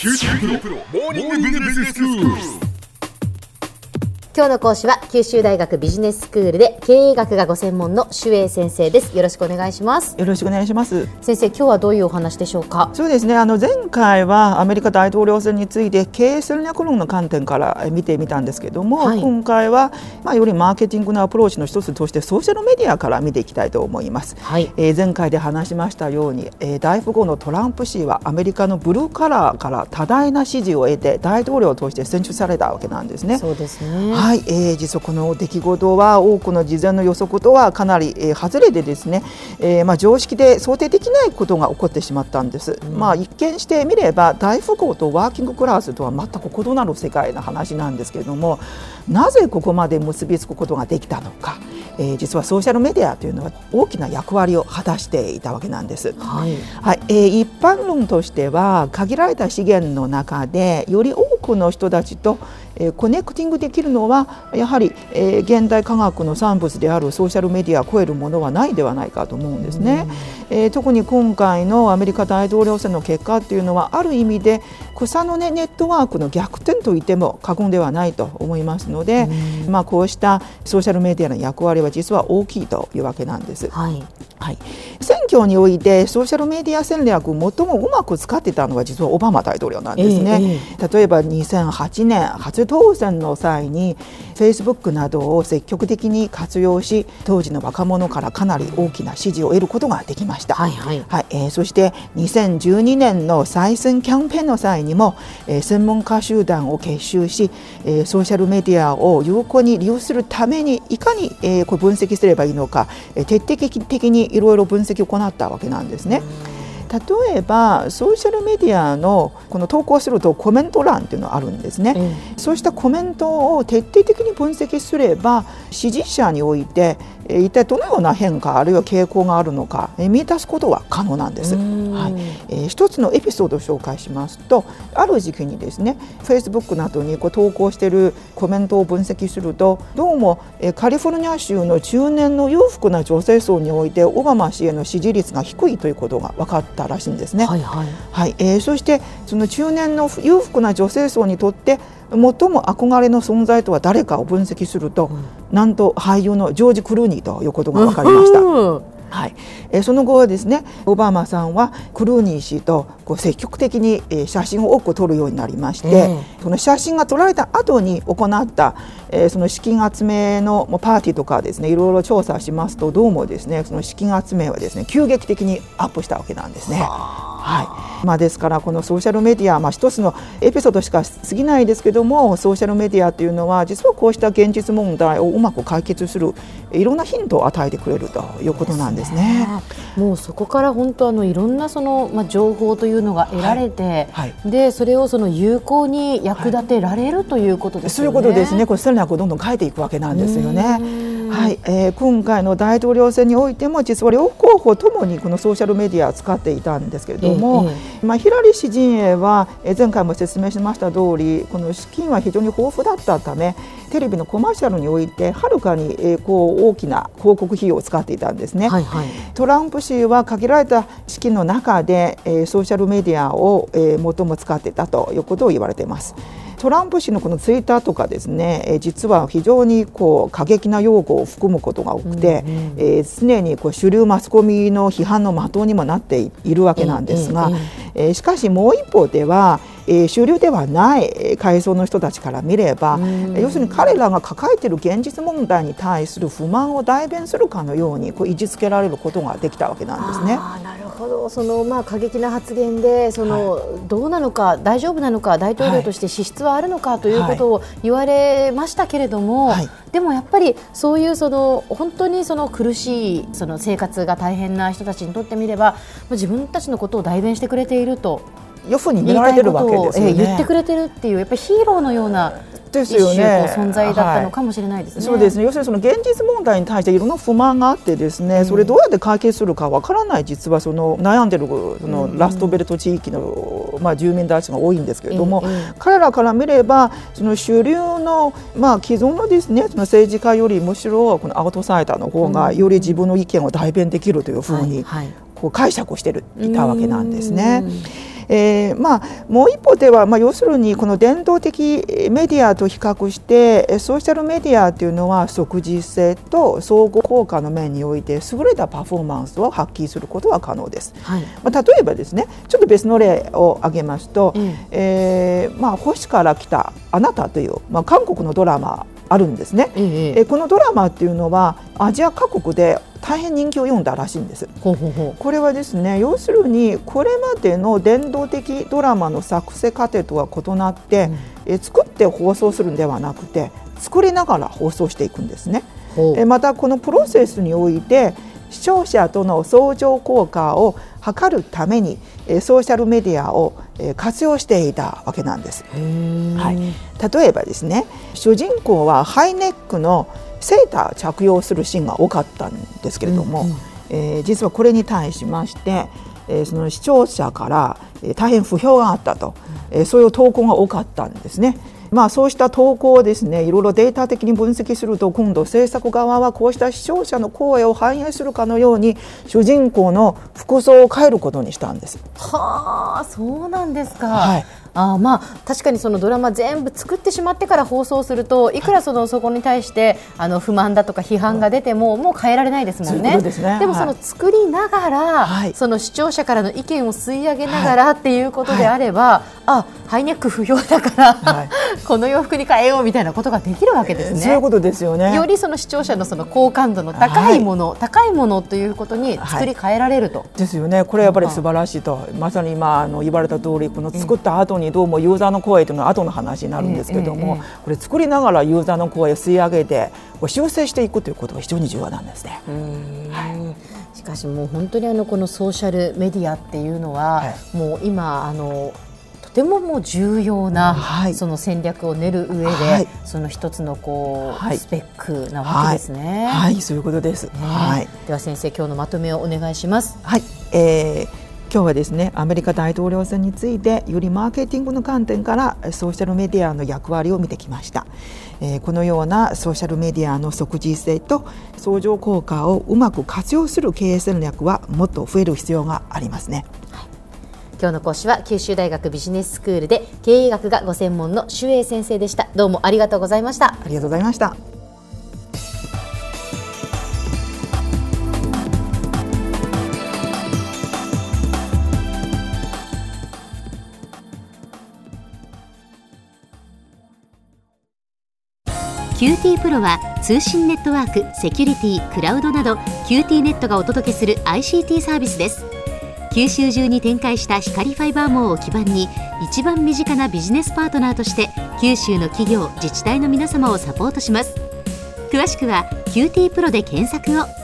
九州大学モーニングビジネススクール。 今日の講師は九州大学ビジネススクールで経営学がご専門の朱英先生です。よろしくお願いします。 よろしくお願いします。 先生、今日はどういうお話でしょうか。 そうですね、前回はアメリカ大統領選について経営戦略論の観点から見てみたんですけども、はい、今回は、よりマーケティングのアプローチの一つとしてソーシャルメディアから見ていきたいと思います。はい、前回で話しましたように、大富豪のトランプ氏はアメリカのブルーカラーから多大な支持を得て大統領を通して選出されたわけなんですね。 そうですね。 はい、実はこの出来事は多くの事前の予測とはかなり、外れでですね、常識で想定できないことが起こってしまったんです。一見してみれば大富豪とワーキングクラスとは全く異なる世界の話なんですけれども、なぜここまで結びつくことができたのか、実はソーシャルメディアというのは大きな役割を果たしていたわけなんです。はいはい、一般論としては限られた資源の中でより多くの人たちとコネクティングできるのはやはり、現代科学の産物であるソーシャルメディアを超えるものはないではないかと思うんですね。特に今回のアメリカ大統領選の結果というのはある意味で草の根ネットワークの逆転と言っても過言ではないと思いますので、こうしたソーシャルメディアの役割は実は大きいというわけなんです。はいはい、選挙においてソーシャルメディア戦略を最もうまく使っていたのは実はオバマ大統領なんですね。例えば2008年初当選の際に Facebook などを積極的に活用し、当時の若者からかなり大きな支持を得ることができました。はいはいはい、そして2012年の再選キャンペーンの際にも、専門家集団を結集し、ソーシャルメディアを有効に利用するためにいかに、これ分析すればいいのか、徹底的にいろいろ分析を行ったわけなんですね。例えばソーシャルメディアのこの投稿するとコメント欄というのがあるんですね。そうしたコメントを徹底的に分析すれば支持者において一体どのような変化あるいは傾向があるのか見出すことは可能なんです。はい、一つのエピソードを紹介しますと、ある時期にですね Facebook などに投稿しているコメントを分析すると、どうもカリフォルニア州の中年の裕福な女性層においてオバマ氏への支持率が低いということが分かったらしいんですね。はいはいはい、そしてその中年の裕福な女性層にとって最も憧れの存在とは誰かを分析すると、なんと俳優のジョージ・クルーニーということが分かりました。はい、その後はですねオバマさんはクルーニー氏と積極的に写真を多く撮るようになりまして、その写真が撮られた後に行ったその資金集めのパーティーとかですねいろいろ調査しますと、どうもですねその資金集めはですね急激的にアップしたわけなんですね。はい、ですからこのソーシャルメディア、一つのエピソードしか過ぎないですけども、ソーシャルメディアというのは実はこうした現実問題をうまく解決するいろんなヒントを与えてくれるということなんですね。 もうそこから本当いろんなその、情報というのが得られて、でそれをその有効に役立てられるということですよね。 そういうことですね。これ戦略をどんどん変えていくわけなんですよね。はい、今回の大統領選においても実は両候補ともにこのソーシャルメディアを使っていたんですけれども、ヒラリー氏陣営は前回も説明しました通り、この資金は非常に豊富だったためテレビのコマーシャルにおいてはるかに大きな広告費用を使っていたんですね。はいはい、トランプ氏は限られた資金の中でソーシャルメディアを最も使っていたということを言われています。トランプ氏のこのツイッターとかですね、実は非常に過激な用語を含むことが多くて、常に主流マスコミの批判の的にもなっているわけなんですが、しかしもう一方では主流ではない階層の人たちから見れば、要するに彼らが抱えている現実問題に対する不満を代弁するかのように位置づけられることができたわけなんですね。 なるほど。その過激な発言でどうなのか、大丈夫なのか、大統領として資質はあるのかということを言われましたけれども、でもやっぱりそういう本当に苦しい生活が大変な人たちにとってみれば、自分たちのことを代弁してくれているというふうに見られてるわけですよね。 言ってくれてるっていう、やっぱりヒーローのようなですよね、 存在だったのかもしれないですね。 そうですね。要するにその現実問題に対していろんな不満があってですね、それどうやって解決するかわからない、実は悩んでるラストベルト地域の住民たちが多いんですけれども、彼らから見ればその主流の既存のですねその政治家よりむしろこのアウトサイダーの方がより自分の意見を代弁できるというふうに解釈をしていたわけなんですね。 もう一方では、要するにこの伝統的メディアと比較してソーシャルメディアというのは即時性と相互効果の面において優れたパフォーマンスを発揮することは可能です。はい、例えばですね、ちょっと別の例を挙げますと、星から来たあなたという、韓国のドラマあるんですね。このドラマっていうのはアジア各国で大変人気を読んだらしいんです。これはですね、要するにこれまでの伝統的ドラマの作成過程とは異なって、作って放送するんではなくて作りながら放送していくんですね。またこのプロセスにおいて視聴者との相乗効果を図るためにソーシャルメディアを活用していたわけなんです。はい、例えばですね、主人公はハイネックのセーター着用するシーンが多かったんですけれども、実はこれに対しましてその視聴者から大変不評があったと、そういう投稿が多かったんですね。そうした投稿をですね、いろいろデータ的に分析すると、今度制作側はこうした視聴者の声を反映するかのように主人公の服装を変えることにしたんです。 はあ、そうなんですか。はい、確かにそのドラマ全部作ってしまってから放送すると、いくらそこに対して不満だとか批判が出てももう変えられないですもんね。でもその作りながら、その視聴者からの意見を吸い上げながらっていうことであれば、ハイネック不評だから、この洋服に変えようみたいなことができるわけですね。 そういうことですよね。 よりその視聴者のその好感度の高いもの、高いものということに作り変えられると、 ですよね。これやっぱり素晴らしいと、まさに今言われた通り、この作った後にどうもユーザーの声というのは後の話になるんですけれども、これ作りながらユーザーの声を吸い上げて修正していくということが非常に重要なんですね。 しかしもう本当にこのソーシャルメディアっていうのは、もう今とてももう重要な、その戦略を練る上で、その一つのスペックなわけですね。 そういうことです。 では先生、今日のまとめをお願いします。 今日はですね、アメリカ大統領選についてよりマーケティングの観点からソーシャルメディアの役割を見てきました。このようなソーシャルメディアの即時性と相乗効果をうまく活用する経営戦略はもっと増える必要がありますね。 今日の講師は九州大学ビジネススクールで経営学がご専門の周英先生でした。どうもありがとうございました。 ありがとうございました。 QT プロは通信ネットワーク、セキュリティ、クラウドなど QT ネットがお届けする ICT サービスです。九州中に展開した光ファイバー網を基盤に、一番身近なビジネスパートナーとして九州の企業、自治体の皆様をサポートします。詳しくは QT プロで検索を。